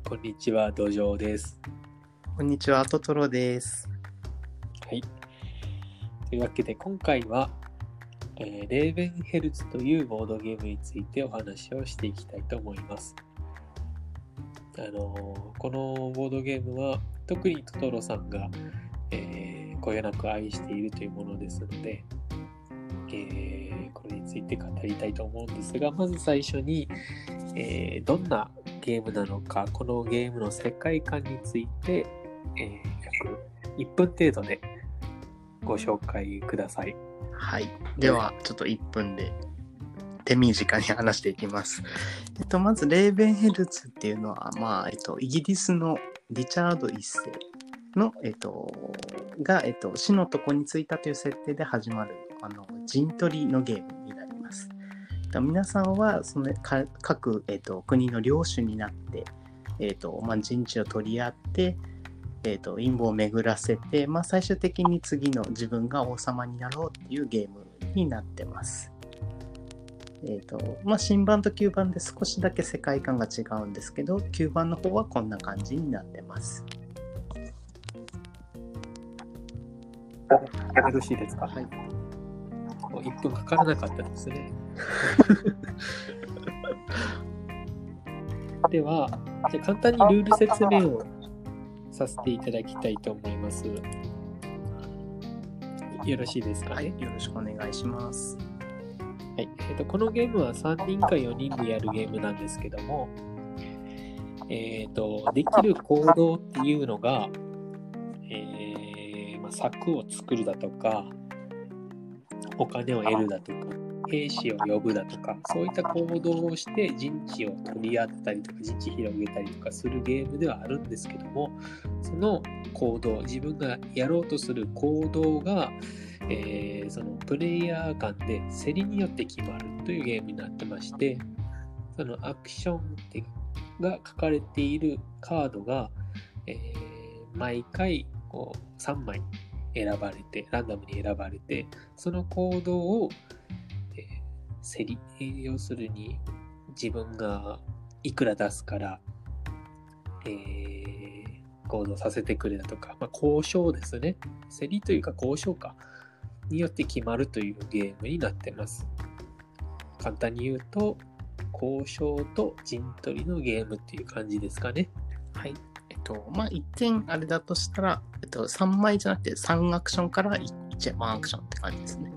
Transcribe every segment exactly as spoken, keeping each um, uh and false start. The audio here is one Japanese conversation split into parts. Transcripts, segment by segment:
こんにちは、土壌です。 こんにちは、トトロです。 はい。というわけで、今回は、えー、レーベンヘルツというボードゲームについてお話をしていきたいと思います。あのー、このボードゲームは、特にトトロさんが、えー、こよなく愛しているというものですので、えー、これについて語りたいと思うんですが、まず最初に、えー、どんなゲームなのか、このゲームの世界観について、えー、約いっぷん程度でご紹介ください。 はい。では、ちょっといっぷんで手短に話していきます。えっと、まず、レーベンヘルツっていうのは、まあ、えっと、イギリスのリチャード一世の、えっと、が、えっと、死の床についたという設定で始まる、あの、陣取りのゲームになります。皆さんはその各、えー、と国の領主になって、えーとまあ、陣地を取り合って、えーと、陰謀を巡らせて、まあ、最終的に次の自分が王様になろうっていうゲームになってます。えーとまあ、新版と旧版で少しだけ世界観が違うんですけど、旧版の方はこんな感じになってます。 よろしいですか？はい。もういっぷんかからなかったですね。では、じゃあ簡単にルール説明をさせていただきたいと思います。よろしいですかね？ はい、よろしくお願いします。 はい、えーと、このゲームはさんにんかよにんでやるゲームなんですけども、えーと、できる行動っていうのが、えーまあ、策を作るだとか、お金を得るだとか、兵士を呼ぶだとか、そういった行動をして陣地を取り合ったりとか、陣地広げたりとかするゲームではあるんですけども、その行動、自分がやろうとする行動が、えー、そのプレイヤー間で競りによって決まるというゲームになってまして、そのアクションが書かれているカードが、えー、毎回こうさんまい選ばれて、ランダムに選ばれて、その行動を、えー、競り、要するに自分がいくら出すから、えー、行動させてくれだとか、まあ、交渉ですね。競りというか交渉か。によって決まるというゲームになってます。簡単に言うと、交渉と陣取りのゲームっていう感じですかね。 はい。えっと、まあ、いってんあれだとしたら、えっと、さんまいじゃなくてさんアクションからいちワンアクションって感じですね。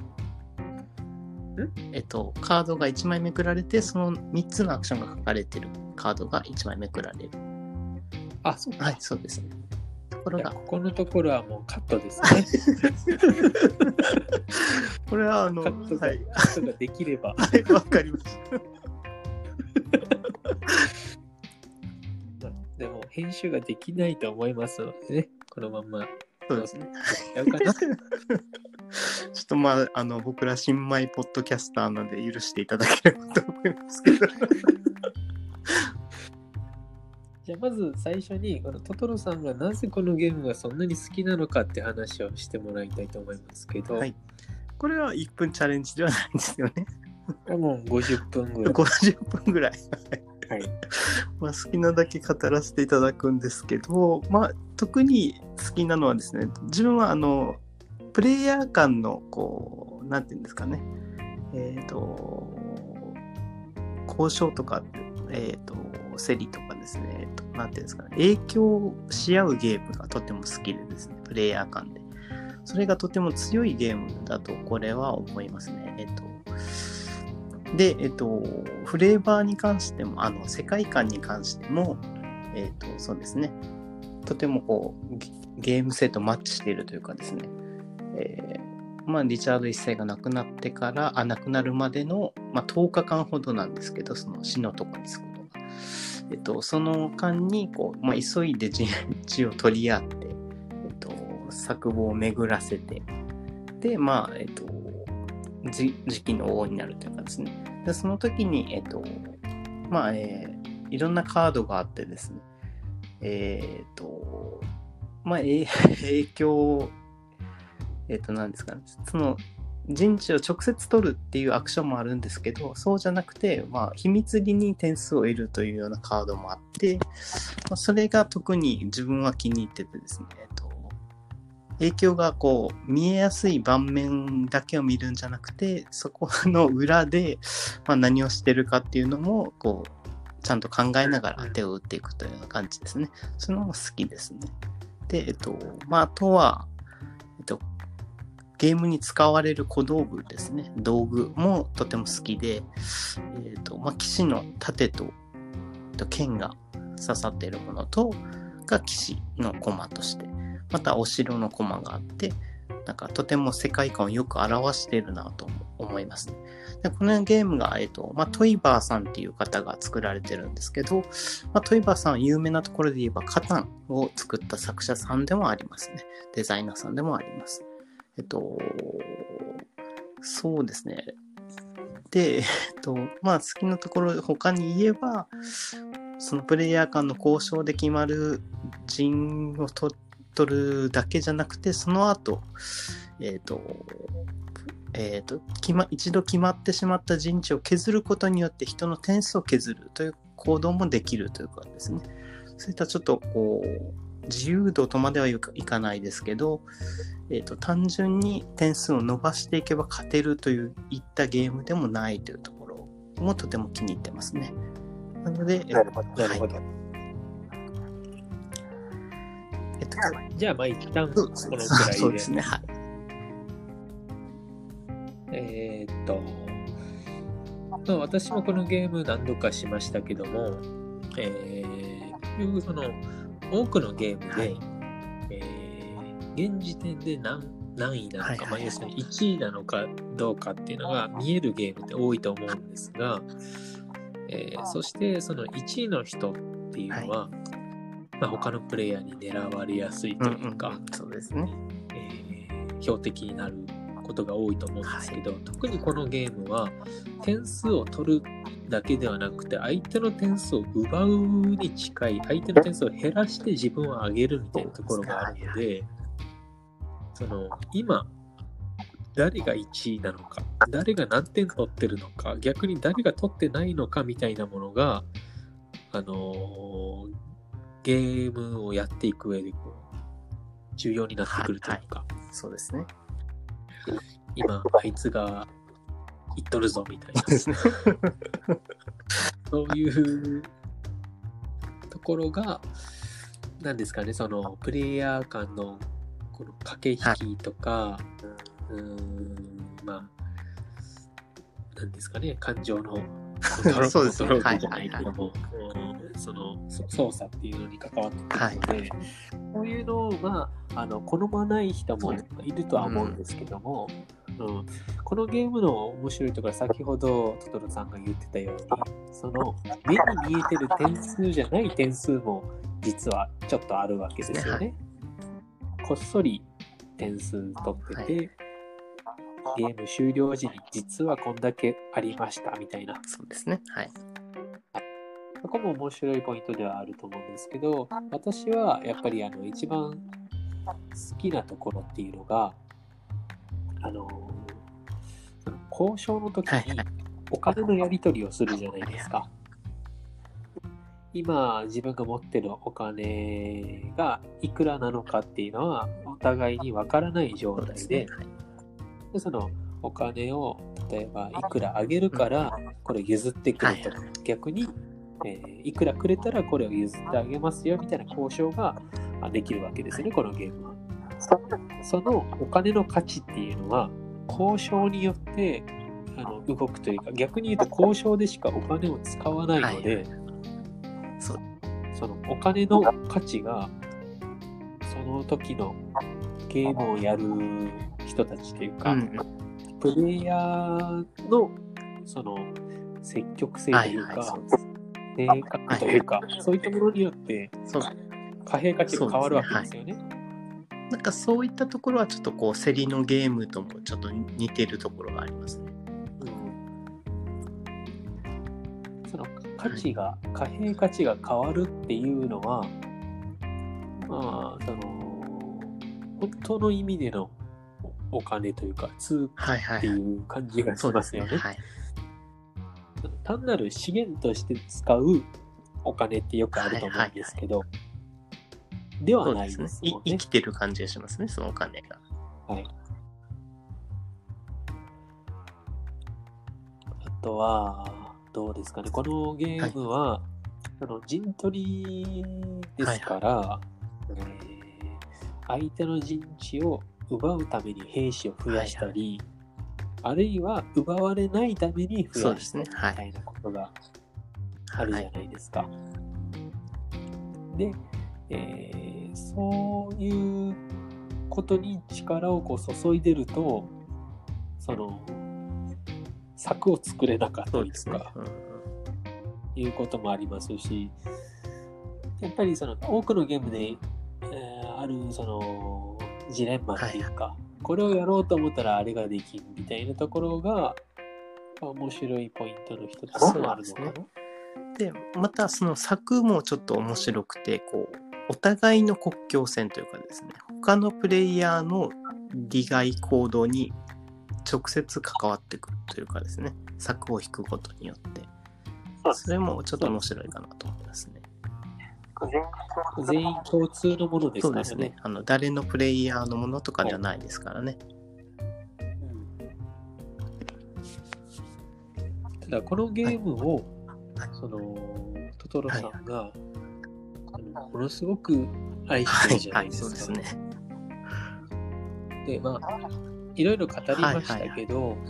んえっと、カードがいちまいめくられて、そのみっつのアクションが書かれてるカードがいちまいめくられる。 あ、そうか。 はい、そうですね。ところがここのところはもうカットですね。 これはあの、 カットが、 はい、 カットができれば。 はい、わかりました。 でも編集ができないと思いますのでね、このまま。 そうですね。 やるかな。 ちょっとまあ、あの、僕ら新米ポッドキャスターなので許していただければと思いますけど。 じゃあまず最初にこのトトロさんがなぜこのゲームがそんなに好きなのかって話をしてもらいたいと思いますけど、 はい、これはいっぷんチャレンジではないんですよね。 もうごじゅっぷんぐらい。 ごじゅっぷんぐらい。 はい。 まあ、好きなだけ語らせていただくんですけど、まあ、特に好きなのはですね、自分はあのプレイヤー間のこうなんていうんですかね、えっと交渉とか、えっと競りとかですね、えっとなんていうんですかね、影響し合うゲームがとても好きでですね、プレイヤー間で、それがとても強いゲームだとこれは思いますね。えっとで、えっと、フレーバーに関しても、あの、世界観に関しても、えっと、そうですね、とてもこう、ゲーム性とマッチしているというかですね、えー、まあ、リチャード一世が亡くなってから、あ、亡くなるまでの、まあ、とおかかんほどなんですけど、その死のとこに着くのが。えっと、その間に、こう、まあ、急いで陣地を取り合って、えっと、策謀を巡らせて、で、まあ、えっと、時期の王になるというかですね。でその時に、えっと、まあ、えー、いろんなカードがあってですね、えっと、まあ、えー、影響、えっと、何ですかね、その、 陣地を直接取るっていうアクションもあるんですけど、そうじゃなくて、まあ、秘密裏に点数を得るというようなカードもあって、まあ、それが特に自分は気に入っててですね、えっと、影響がこう見えやすい盤面だけを見るんじゃなくて、そこの裏で、まあ、何をしてるかっていうのもこうちゃんと考えながら手を打っていくというような感じですね。そののが好きですね。で、えっと、まあ、あとは、えっと、ゲームに使われる小道具ですね。道具もとても好きで、えっと、まあ、騎士の盾と、と剣が刺さっているものと、が騎士の駒として、またお城の駒があって、なんかとても世界観をよく表しているなと思いますね。でこのゲームが、えっとまあ、トイバーさんっていう方が作られてるんですけど、まあ、トイバーさんは有名なところで言えばカタンを作った作者さんでもありますね。デザイナーさんでもあります。えっと、そうですね。で、えっと、まあ好きなところ他に言えば、そのプレイヤー間の交渉で決まる陣を取取るだけじゃなくて、その後、えっと、えっと、決ま、一度決まってしまった陣地を削ることによって人の点数を削るという行動もできるということですね。そういったちょっとこう、自由度とまではいかないですけど、えっと、単純に点数を伸ばしていけば勝てるといういったゲームでもないというところもとても気に入ってますね。なので、 なるほど。なるほど。 はい、えっと、 じゃあ、まあ、一旦このくらいで。 そうですね。はい。 えー、っと、まあ、私もこのゲーム何度かしましたけども、えー、結局その多くのゲームで、はい、えー、現時点で 何, 何位なのか、はいはいはい、まあ、要するにいちいなのかどうかっていうのが見えるゲームって多いと思うんですが、えー、そしてそのいちいの人っていうのは、はい、まあ、他のプレイヤーに狙われやすいというか、 うんうん、そうですね、 えー、標的になることが多いと思うんですけど、はい、特にこのゲームは点数を取るだけではなくて相手の点数を奪うに近い、相手の点数を減らして自分を上げるみたいなところがあるので、その今誰がいちいなのか、誰が何点取ってるのか、逆に誰が取ってないのかみたいなものが、あのー、ゲームをやっていく上でこう重要になってくるというか、 はいはい、そうですね。 今あいつが言っとるぞみたいなそういうところが何ですかね、そのプレイヤー間のこの駆け引きとか、はい、うーんまあ何ですかね、感情のコントロールじゃないけども、その操作っていうのに関わってくるので、はい、そういうのを、まあ、あの好まない人もいるとは思うんですけども、うんうん、このゲームの面白いところは先ほどトトロさんが言ってたように、その目に見えてる点数じゃない点数も実はちょっとあるわけですよね。こっそり点数取ってて、はい、ゲーム終了時に実はこんだけありましたみたいな。 そうですね。はい。 そこも面白いポイントではあると思うんですけど、私はやっぱりあの一番好きなところっていうのが、あのその交渉の時にお金のやり取りをするじゃないですか。今自分が持ってるお金がいくらなのかっていうのはお互いにわからない状態で、でそのお金を例えばいくらあげるからこれ譲ってくれとか、逆に、えー、いくらくれたらこれを譲ってあげますよみたいな交渉ができるわけですよね、このゲームは。そのお金の価値っていうのは交渉によってあの動くというか、逆に言うと交渉でしかお金を使わないので、はい、そ, そのお金の価値がその時のゲームをやる人たちというか、うん、プレイヤーのその積極性というか、性格というか、はいはい、そういったものによって貨幣価値が変わるわけですよね。 なんかそういったところはちょっとこう競りのゲームともちょっと似てるところがありますね。 うん、その価値が、はい、貨幣価値が変わるっていうのは、まあその本当の意味でのお金というか通はいはいはい。 貨っていう感じがしますよね。 はい。 単なる資源として使うお金ってよくあると思うんですけど、ではないそうですね。いですもんね。 生きてる感じがしますね、そのお金が。 はい。あとは、どうですかね。このゲームは、あの陣取りですから、えー相手の陣地を奪うために兵士を増やしたり、あるいは奪われないために増やしたりみたいなことがあるじゃないですか。で、えーそういうことに力をこう注いでると、その策を作れなかったりとか、いうこともありますし、やっぱりその多くのゲームで、えーあるそのジレンマっていうか、はい、これをやろうと思ったらあれができんみたいなところが面白いポイントの一つでもあるのかな。 で、またその策もちょっと面白くて、こうお互いの国境線というかですね、他のプレイヤーの利害行動に直接関わってくるというかですね、策を引くことによって、それもちょっと面白いかなと思いますね。 全員共通のものですからね。 そうですね。あの誰のプレイヤーのものとかじゃないですからね。 はい、ただこのゲームを、はい、そのトトロさんが、はい、ものすごく愛してるじゃないですか。はいはい、そうですね。で、まあいろいろ語りましたけど、はいはいはい、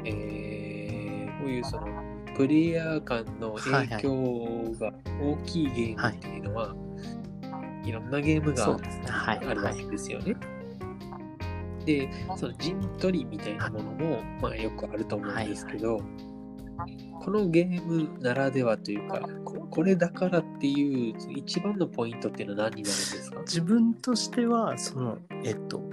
えー、こういうそのプレイヤー間の影響が大きいゲームっていうのは、はい、いろんなゲームがあるわけですよね。で、その陣取りみたいなものも、まあ、よくあると思うんですけど、はいはい、このゲームならではというか、これだからっていう一番のポイントっていうのは何になるんですか？ 自分としてはそのえっと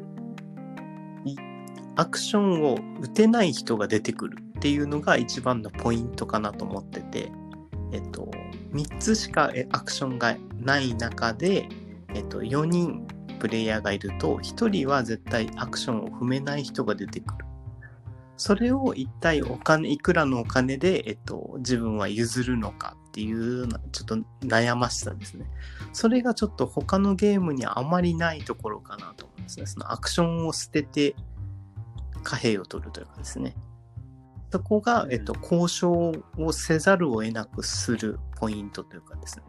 アクションを打てない人が出てくるっていうのが一番のポイントかなと思ってて、えっと、みっつしかアクションがない中で、えっと、よにんプレイヤーがいるとひとりは絶対アクションを踏めない人が出てくる。それを一体お金いくらのお金で、えっと、自分は譲るのかっていうちょっと悩ましさですね。それがちょっと他のゲームにあまりないところかなと思うんですね。そのアクションを捨てて貨幣を取るというかですね。そこが、えっと、交渉をせざるを得なくするポイントというかですね。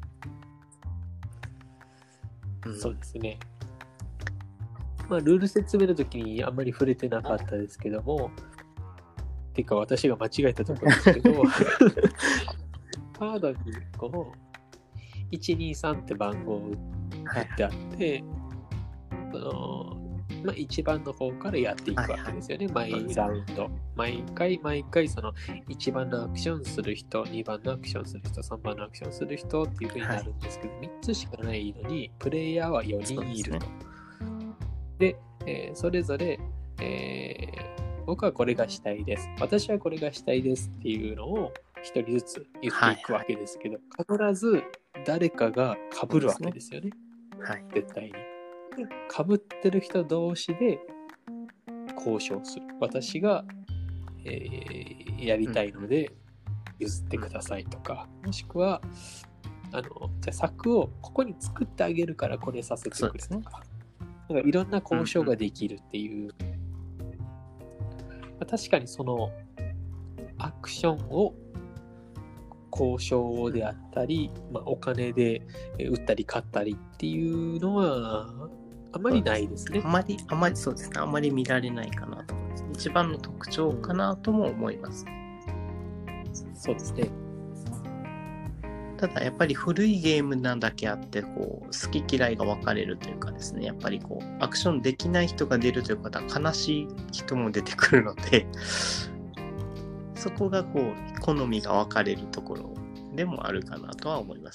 うん、そうですね。まあ、ルール説明の時にあんまり触れてなかったですけども、てか私が間違えたところですけど、カードにこういちにさんって番号を振ってあって、そのまあ、いちばんの方からやっていくわけですよね、はいはい、毎ラウンド。毎回毎回そのいちばんのアクションする人、にばんのアクションする人、さんばんのアクションする人っていう風になるんですけど、はい、みっつしかないのにプレイヤーはよにんいると。で、えー、それぞれ、えー、僕はこれがしたいです。私はこれがしたいですっていうのをひとりずつ言っていくわけですけど、はいはい、必ず誰かが被るわけですよね。はい、絶対に。被ってる人同士で交渉する。私が、えー、やりたいので譲ってくださいとか、もしくはあのじゃあ柵をここに作ってあげるからこれさせてくれとか、なんかいろんな交渉ができるっていう、うんうん、まあ、確かにそのアクションを交渉であったり、まあ、お金で売ったり買ったりっていうのはあまりないですね。 あまり、あまりそうですね。あまり見られないかなと思います。一番の特徴かなとも思います。 そうですね。 ただやっぱり古いゲームなだけあってこう好き嫌いが分かれるというかですね、やっぱりこうアクションできない人が出るということは悲しい人も出てくるのでそこがこう好みが分かれるところでもあるかなとは思います。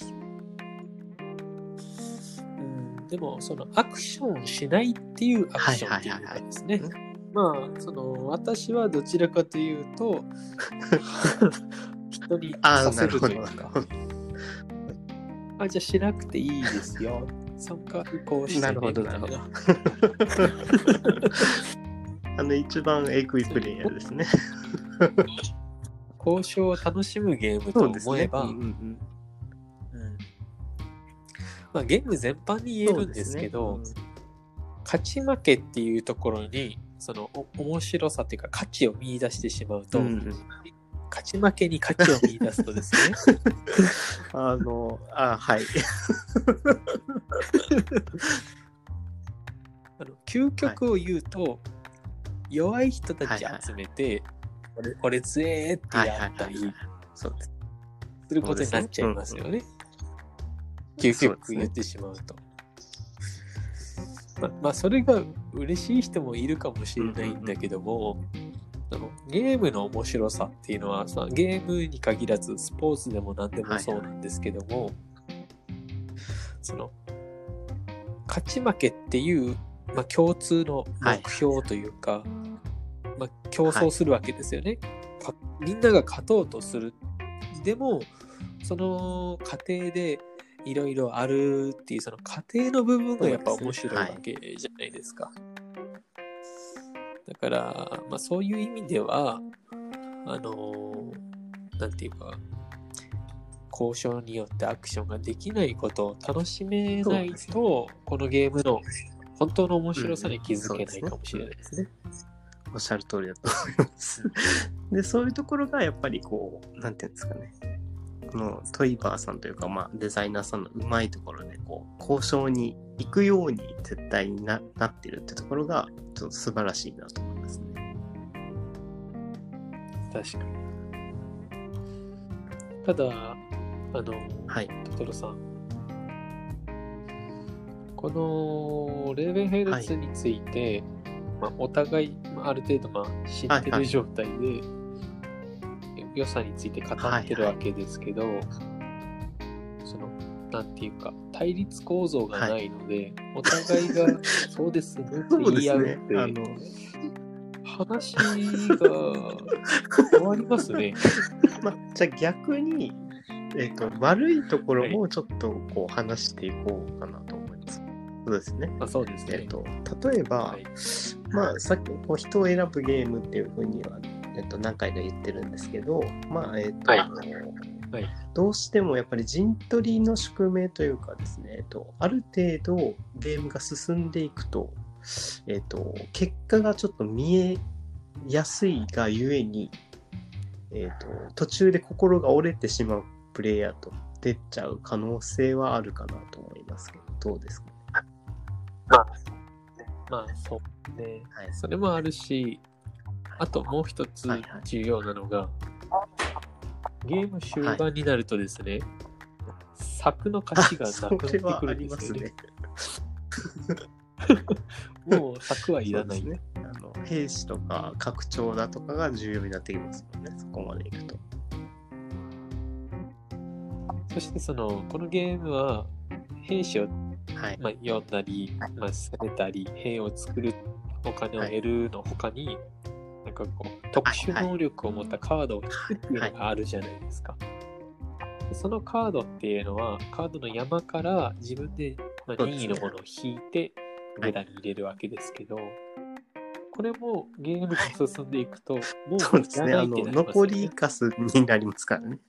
うん、でもそのアクションしないっていうアクションっていうかですね、まあその私はどちらかというと人にさせるというか、あ、じゃあしなくていいですよ。 そっか、こうして、ね、 なるほどなるほどあの一番エクイプレイヤーですね交渉を楽しむゲームと思えば、ねうんうんうんまあ、ゲーム全般に言えるんですけど、ねうん、勝ち負けっていうところにその面白さっていうか価値を見出してしまうと、うんうん、勝ち負けに価値を見出すとですねあのあはいあの究極を言うと、はい、弱い人たち集めて、はいはい俺, 俺強えってやったりすることになっちゃいますよね。究極言ってしまうと。ま, まあそれが嬉しい人もいるかもしれないんだけども、あのゲームの面白さっていうのはさゲームに限らずスポーツでも何でもそうなんですけども、はいはい、その勝ち負けっていう、まあ、共通の目標というか、はいまあ、競争するわけですよね、はい、みんなが勝とうとするでもその過程でいろいろあるっていうその過程の部分がやっぱ面白いわけじゃないですか。はい、だから、まあ、そういう意味ではあのなんていうか交渉によってアクションができないことを楽しめないと、ね、このゲームの本当の面白さに気づけないかもしれないですね。うんおっしゃる通りだと思いますでそういうところがやっぱりこうなんていうんですかねこのトイバーさんというか、まあ、デザイナーさんのうまいところでこう交渉に行くように絶対に な, なってるってところがちょっと素晴らしいなと思いますね。 確かに。ただあの、 はい、 トトロさんこのレーベンヘルツについて、はいまあ、お互いある程度まあ知ってる状態で、はいはい、良さについて語ってるわけですけど、はいはい、そのなんていうか対立構造がないので、はい、お互いがそうですねって言い合うって、ね、あの話が終わりますね。 まあ、じゃあ逆に、えーと、悪いところもちょっとこう話していこうかなと思います。はい、そうですね。 あ、そうですね。 えーと、例えば、はい、まあさっきこう人を選ぶゲームっていうふうには、えーと、何回か言ってるんですけど、まあえっ、ー、と、はいはい、どうしてもやっぱり陣取りの宿命というかですね、えーと、ある程度ゲームが進んでいくと、えーと、結果がちょっと見えやすいがゆえに、えーと、途中で心が折れてしまうプレイヤーと出ちゃう可能性はあるかなと思いますけど、どうですか？ まあ、まあ、そうね、はい。それもあるし、あともう一つ重要なのが、はいはい、ゲーム終盤になるとですね、はい、策の価値がなくなってくるんですよね。もう策はいらない。 ね、あの兵士とか拡張だとかが重要になってきますもんね、そこまでいくと。 そしてそのこのゲームは兵士を、 はいまあ、読んだり、まあ、攻めたり兵を作るお金を得るの他に、はい、なんかこう特殊能力を持ったカードを引くっていうのがあるじゃないですか。はいはい、そのカードっていうのはカードの山から自分で、まあ、任意のものを引いてグラに入れるわけですけど、はい、これもゲームが進んでいくと、もうそうですね、あの残りカスになりますからね。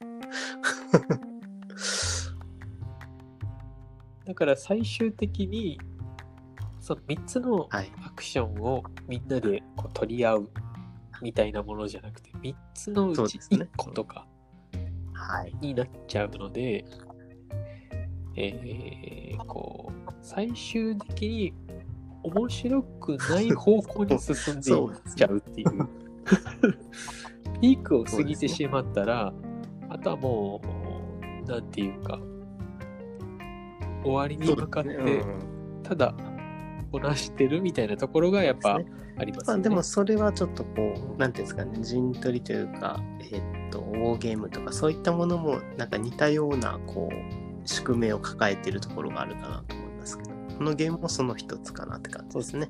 だから最終的にそのみっつのアクションをみんなでこう取り合うみたいなものじゃなくて、みっつのうちいっことかになっちゃうので、えー、こう最終的に面白くない方向に進んでいっちゃうっていうピークを過ぎてしまったら、あとはもうなんていうか終わりに向かって、ねうん、ただこなしてるみたいなところがやっぱありますね。 まあ、でもそれはちょっとこうなんていうんですかね、陣取りというか、えー、っとウォーゲームとかそういったものもなんか似たようなこう宿命を抱えているところがあるかなと思いますけど、このゲームもその一つかなって感じですね。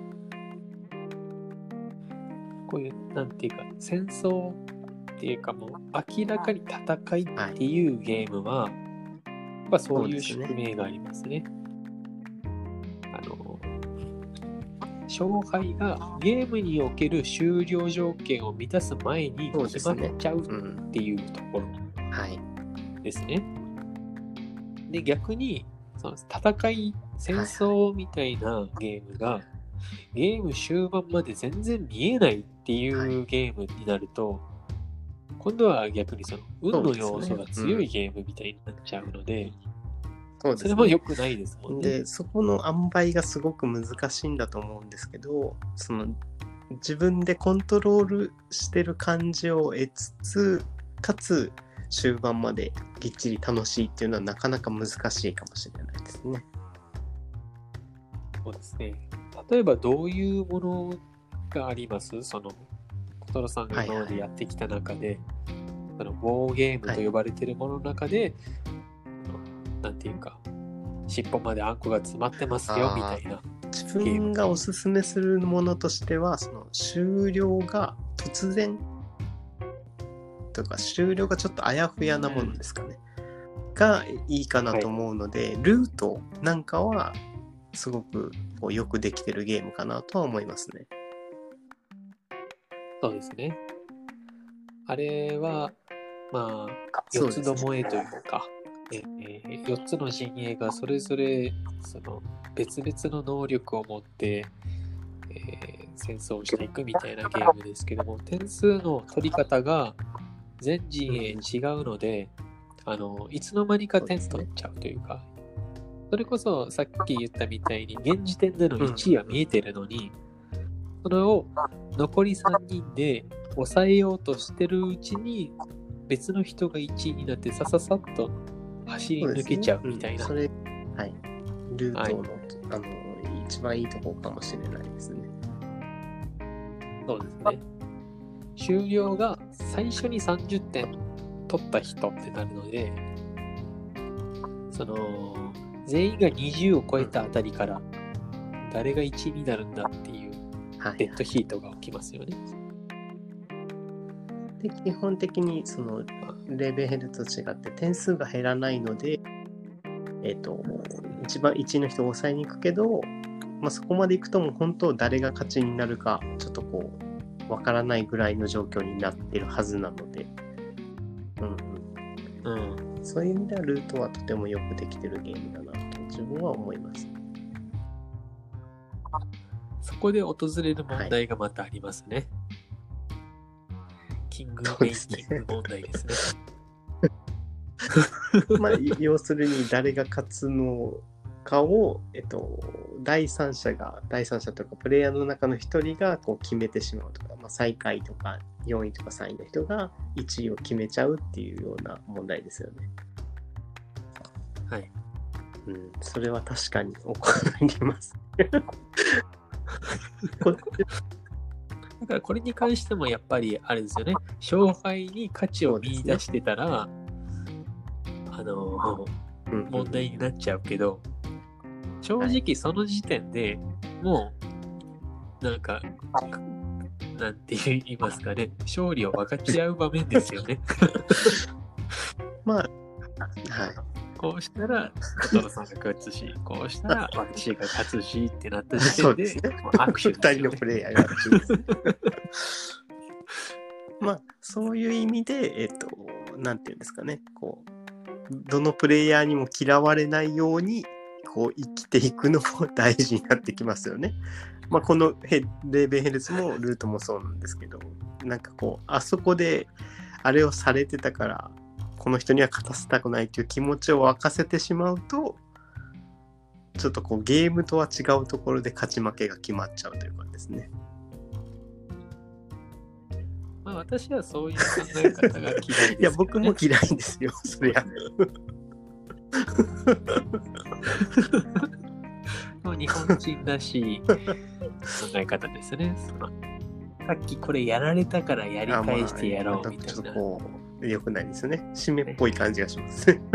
こういうなんていうか戦争っていうかもう明らかに戦いっていうゲームは、はい、やっぱそういう宿命がありますね。 勝敗がゲームにおける終了条件を満たす前に決まっちゃうっていうところですね。で、逆にその戦い、戦争みたいなゲームが、ゲーム終盤まで全然見えないっていうゲームになると、今度は逆にその運の要素が強いゲームみたいになっちゃうので、 そうですね、 それも良くないですもんね。 で、そこの塩梅がすごく難しいんだと思うんですけど、その自分でコントロールしてる感じを得つつ、かつ終盤までぎっちり楽しいっていうのはなかなか難しいかもしれないですね。 そうですね。例えばどういうものがあります？その小太郎さんが今までやってきた中で、はいはい、そのウォーゲームと呼ばれているものの中で、はい、なんていうか尻尾まであんこが詰まってますよみたいな。 自分がおすすめするものとしては、その終了が突然とか終了がちょっとあやふやなものですかね、うん、がいいかなと思うので、はい、ルートなんかはすごくこうよくできてるゲームかなとは思いますね。 そうですね。あれはまあ四つどもえというか、えー、よっつの陣営がそれぞれその別々の能力を持って、えー、戦争をしていくみたいなゲームですけども、点数の取り方が全陣営違うので、あのいつの間にか点取っちゃうというか、それこそさっき言ったみたいに現時点でのいちいは見えてるのに、それを残りさんにんで抑えようとしてるうちに別の人がいちいになってさささっと走り抜けちゃうみたいな。 それ、はい、ルートの、はい、あの一番いいところかもしれないですね。 そうですね。終了が最初にさんじゅってん取った人ってなるので、その全員がにじゅうを超えたあたりから誰がいちいになるんだっていうデッドヒートが起きますよね。 で、基本的にそのレベルと違って点数が減らないので、えっと一番いちいの人を抑えに行くけど、まあ、そこまで行くともう本当誰が勝ちになるかちょっとこうわからないぐらいの状況になってるはずなので、うん、うん、そういう意味ではルートはとてもよくできてるゲームだなと自分は思います。 そこで訪れる問題がまたありますね。はい、キングメイキング問題ですね。 まあ要するに誰が勝つのかを、えっと、第三者が第三者とかプレイヤーの中の一人がこう決めてしまうとか、まあ、最下位とかよんいとかさんいの人がいちいを決めちゃうっていうような問題ですよね。 はい。 うん、それは確かに起こります。 だからこれに関してもやっぱりあれですよね。勝敗に価値を見出してたら、あの、うん、問題になっちゃうけど、正直その時点でもうなんか、なんて言いますかね、勝利を分かち合う場面ですよね。 まあ、はい。 こうしたら小太郎さんが勝つし、こうしたら私が勝つしってなった時点で、 そうですね、 握手ですよね。 ふたりのプレイヤーが握手です。まあそういう意味で、えっと、なんていうんですかね、こうどのプレイヤーにも嫌われないようにこう生きていくのも大事になってきますよね。まあこのレーベンヘルツもルートもそうなんですけど、なんかこうあそこであれをされてたからこの人には勝たせたくないという気持ちを沸かせてしまうと、ちょっとこうゲームとは違うところで勝ち負けが決まっちゃうというかですね。 まあ私はそういう考え方が嫌いです、ね。 いや僕も嫌いですよ。そりゃ。 もう日本人らしい考え方ですね。そのさっきこれやられたからやり返してやろうみたいな。 ちょっとこう良くないですね。締めっぽい感じがしますね。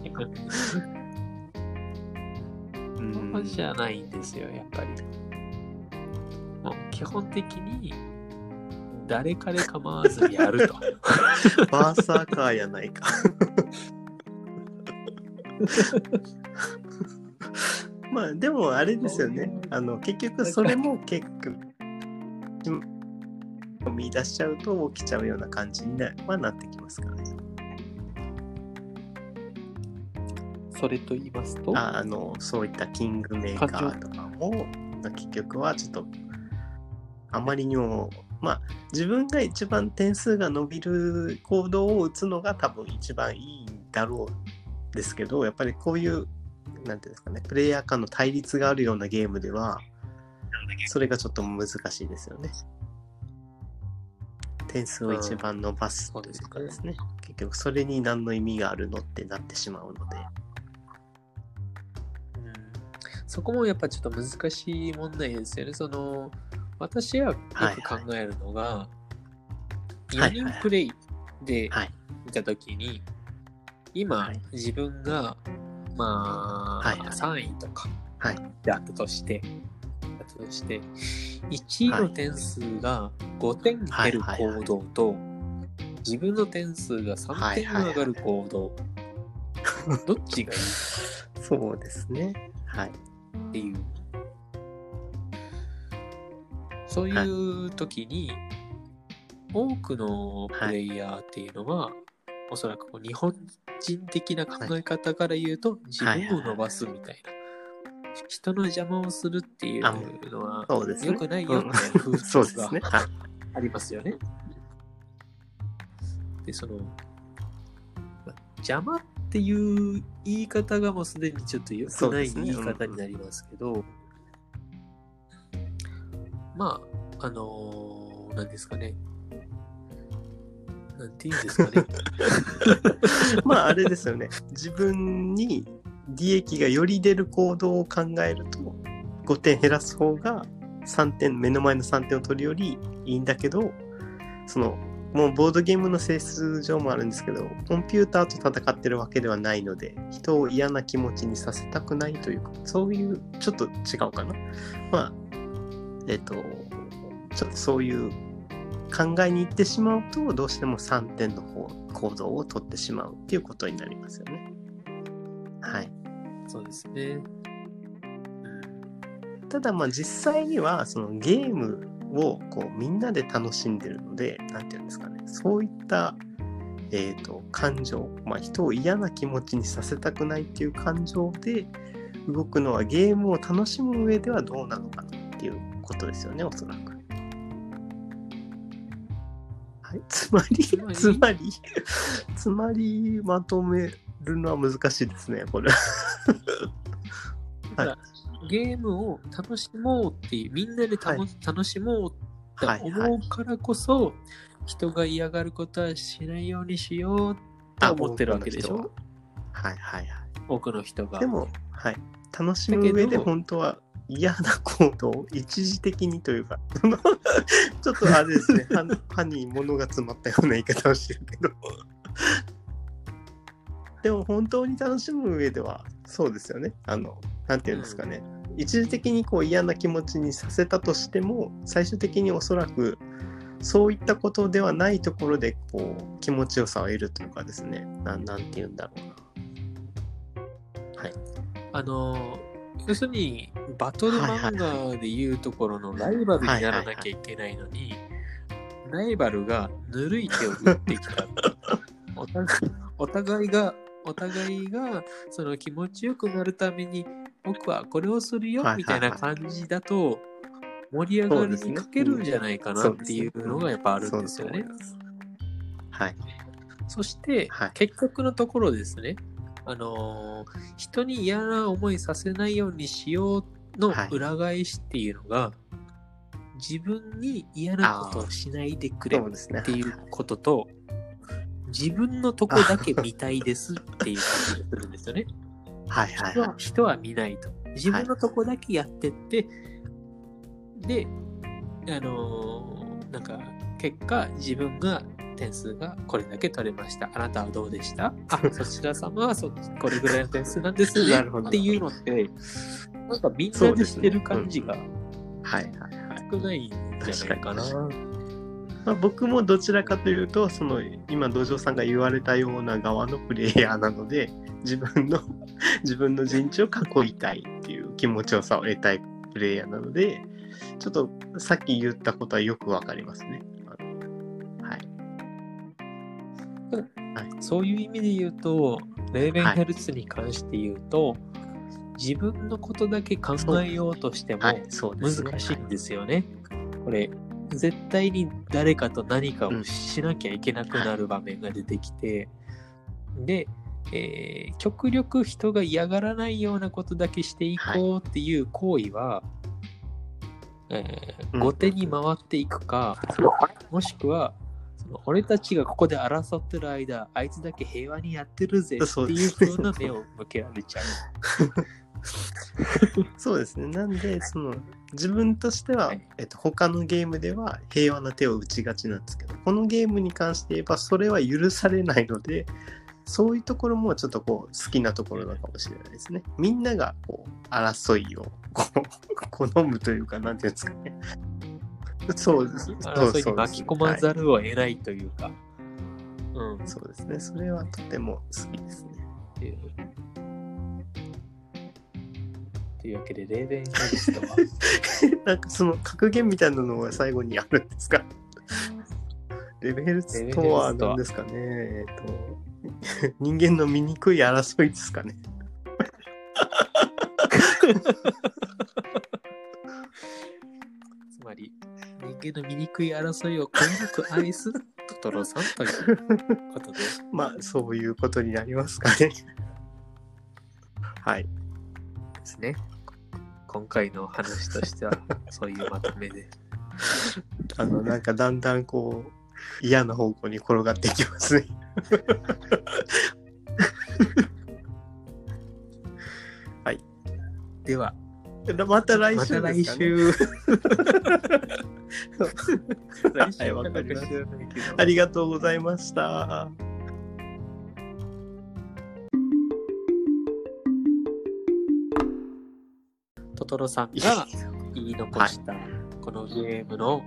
そうじゃないんですよ、やっぱり。もう基本的に誰彼構わずやると。 バーサーカーやないか。 まあでもあれですよね。あの結局それも結局見出しちゃうと起きちゃうような感じになはなってきますからね。 それと言いますと、 ああのそういったキングメーカーとかも結局はちょっとあまりにもまあ自分が一番点数が伸びる行動を打つのが多分一番いいんだろうですけど、やっぱりこういうなんていうんですかね、プレイヤー間の対立があるようなゲームではそれがちょっと難しいですよね。点数を一番伸ばすというかですね、うん、結局それに何の意味があるのってなってしまうので、 うん、そこもやっぱちょっと難しい問題ですよね。その私はよく考えるのが、はいはい、よにんプレイで見たときに、はいはい、今、はい、自分がまあ、はいはい、さんいとかであったとして、あったとしていちいの点数がごてん減る行動と、はいはいはい、自分の点数がさんてん上がる行動、はいはいはい、どっちがいいそうですね。はい。 っていう。そういう時に、はい、多くのプレイヤーっていうのは、はい、おそらくこう日本人的な考え方から言うと、はい、自分を伸ばすみたいな、はいはいはい、人の邪魔をするっていうのは良くないよって風潮が、ね、ありますよね。で、その邪魔っていう言い方がもうすでにちょっと良くない言い方になりますけど、まああのー、何ですかね。なんて言うんですかね。 まああれですよね。自分に利益がより出る行動を考えるとごてん減らす方がさんてん、目の前のさんてんを取るよりいいんだけど、そのもうボードゲームの性質上もあるんですけど、コンピューターと戦ってるわけではないので、人を嫌な気持ちにさせたくないというか、そういうちょっと違うかな。まあえっとちょっとそういう考えに行ってしまうと、どうしてもさんてんの方行動を取ってしまうっていうことになりますよね。はい。 そうですね。 ただまあ実際にはそのゲームをこうみんなで楽しんでるので、なんていうんですかね、そういったえっと感情、まあ人を嫌な気持ちにさせたくないっていう感情で動くのはゲームを楽しむ上ではどうなのかなっていうことですよね、おそらく。はい、つまり、つまり、つまり、まとめるのは難しいですね、これ。 はい、ゲームを楽しもうっていう、みんなでたも、はい、楽しもうって思うからこそ、はいはい、人が嫌がることはしないようにしようって思ってるわけでしょ。 はいはいはい。 多くの人が。 でも、はい、楽しむ上で本当は、嫌な行動を一時的にというかちょっとあれですね歯に物が詰まったような言い方をしてるけどでも本当に楽しむ上ではそうですよね。あのなんていうんですかね、うん、一時的にこう嫌な気持ちにさせたとしても最終的におそらくそういったことではないところでこう気持ちよさを得るというかですね、な、なんていうんだろうな。はい。 あの要するにバトル漫画でいうところのライバルにならなきゃいけないのに、ライバルがぬるい手を打ってきたお互い、お互いがお互いがその気持ちよくなるために僕はこれをするよみたいな感じだと盛り上がりに欠けるんじゃないかなっていうのがやっぱあるんですよね。 はい。 そして、はい、結局のところですね、あのー、人に嫌な思いさせないようにしようの裏返しっていうのが、はい、自分に嫌なことをしないでくれっていうことと、自分のとこだけ見たいですっていう感じがするんですよね。 はいはいはい、 人は、人は見ないと。自分のとこだけやってって、はい、で、あのー、なんか結果自分が点数がこれだけ取れました。あなたはどうでした？あ、そちら様はそこれぐらいの点数なんですねっていうのって、なんかみんなでしてる感じが少ないんじゃないかな。 まあ、僕もどちらかというとその今道場さんが言われたような側のプレイヤーなので、自分の自分の陣地を囲いたいっっていう気持ちよさを得たいプレイヤーなので、ちょっとさっき言ったことはよくわかりますね。はい。 はい、そういう意味で言うと、レーベンヘルツに関して言うと、はい、自分のことだけ考えようとしても難しいんですよね。これ絶対に誰かと何かをしなきゃいけなくなる場面が出てきて、うん、で、えー、極力人が嫌がらないようなことだけしていこうっていう行為は、はい、えー、後手に回っていくか、うん、もしくはその俺たちがここで争ってる間、あいつだけ平和にやってるぜっていう風な目を向けられちゃう。 そうですね。なんでその自分としては、はい、えっと、他のゲームでは平和な手を打ちがちなんですけど、このゲームに関して言えばそれは許されないので、そういうところもちょっとこう好きなところなのかもしれないですね。みんながこう争いをこう好むというか、なんていうんですかね。そうです。 争いに巻き込まざるを得ないというか、はい、 うん、そうですね。それはとても好きですね。 というわけで、レーベンヘルツとはなんかその格言みたいなのが最後にあるんですか？レーベンヘルツとは何ですかね。えっと人間の醜い争いですかね。 つまり人間の醜い争いをこよなく愛すトトロさんということで、 まあそういうことになりますかね。はいですね。今回の話としてはそういうまとめであのなんかだんだんこう嫌な方向に転がっていきますね。はい。 ではまた来週ですかね。また来週。来週はい、わかりました。ありがとうございました。 トトロさんが言い残したこのゲームの、はい、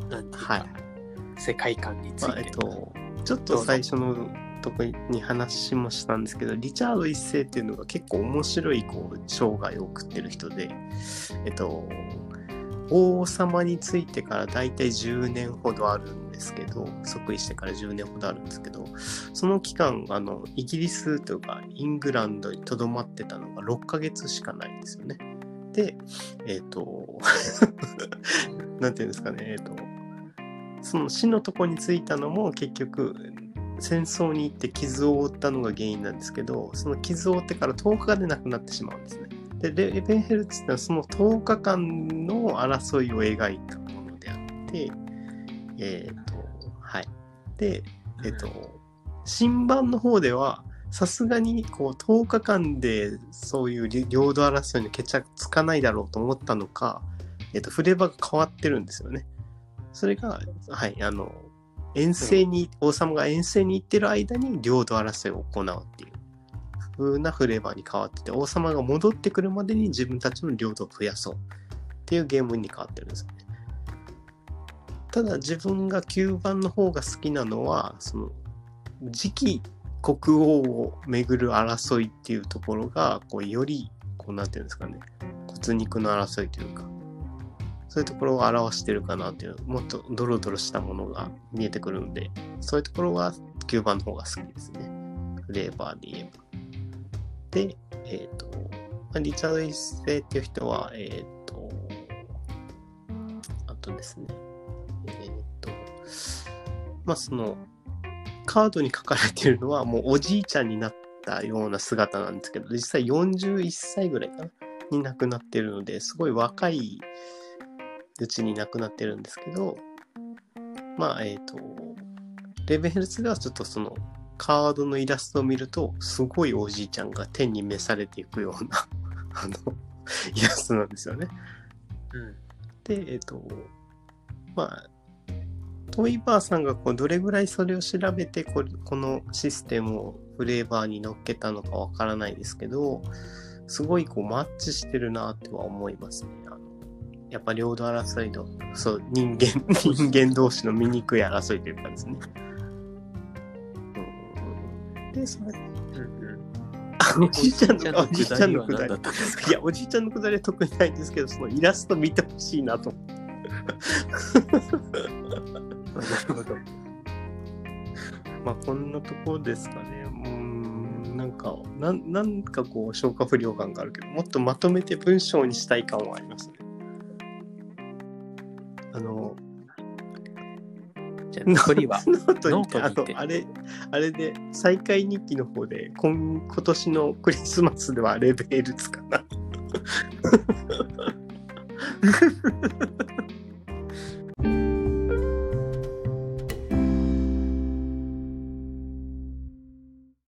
なんていうか、はい、世界観について、まあえっと、ちょっと最初のとこに話もしたんですけど、リチャード一世っていうのが結構面白いこう生涯を送ってる人で、えっと王様についてからだいたいじゅうねんほどあるんですけど、即位してからじゅうねんほどあるんですけど、その期間あのイギリスというかイングランドにとどまってたのがろっかげつしかないんですよね。で、えっとなんていうんですかね、えっとその死のとこに着いたのも結局戦争に行って傷を負ったのが原因なんですけど、その傷を負ってからとおかで亡くなってしまうんですね。でレーベンヘルツってのはそのとおかかんの争いを描いたものであって、えっとはいでえっと新版の方ではさすがにこうとおかかんでそういう領土争いに決着つかないだろうと思ったのか、えっとフレーバーが変わってるんですよね。それがはいあの遠征に、うん、王様が遠征に行ってる間に領土争いを行うっていう風なフレーバーに変わってて、王様が戻ってくるまでに自分たちの領土を増やそうっていうゲームに変わってるんですよね。ただ自分がきゅうばんの方が好きなのは、その次期国王をめぐる争いっていうところがこうよりこうなんていうんですかね、骨肉の争いというか、そういうところを表してるかなっていう、もっとドロドロしたものが見えてくるので、そういうところはきゅうばんの方が好きですね。フレーバーで言えば。で、えっと、リチャード一世っていう人は、えっと、あとですね、えっと、まあその、カードに書かれているのはもうおじいちゃんになったような姿なんですけど、実際よんじゅういっさいぐらいかなに亡くなってるので、すごい若いうちに亡くなってるんですけど、まあえっと、レーベンヘルツではちょっとその、カードのイラストを見るとすごいおじいちゃんが天に召されていくようなあのイラストなんですよね。うん、でえっとまあトイバーさんがこうどれぐらいそれを調べてここのシステムをフレーバーに乗っけたのかわからないですけど、すごいこうマッチしてるなっては思いますね。あのやっぱ領土争いのそう人間人間同士の醜い争いというかですね。でそれ、うんうん、あおじいちゃんの、おおじいじいちゃんのくだりは何だったんですか？ いや、おじいちゃんのくだりは特にないんですけど、そのイラスト見てほしいなと。 なるほど。 まあ、こんなところですかね。うーん、なんか、なん、なんかこう、消化不良感があるけど、もっとまとめて文章にしたい感はありますね。あの、 じゃあ残りはノートにノートにてあのあれあれで再開日記の方で今今年のクリスマスではレベルツかな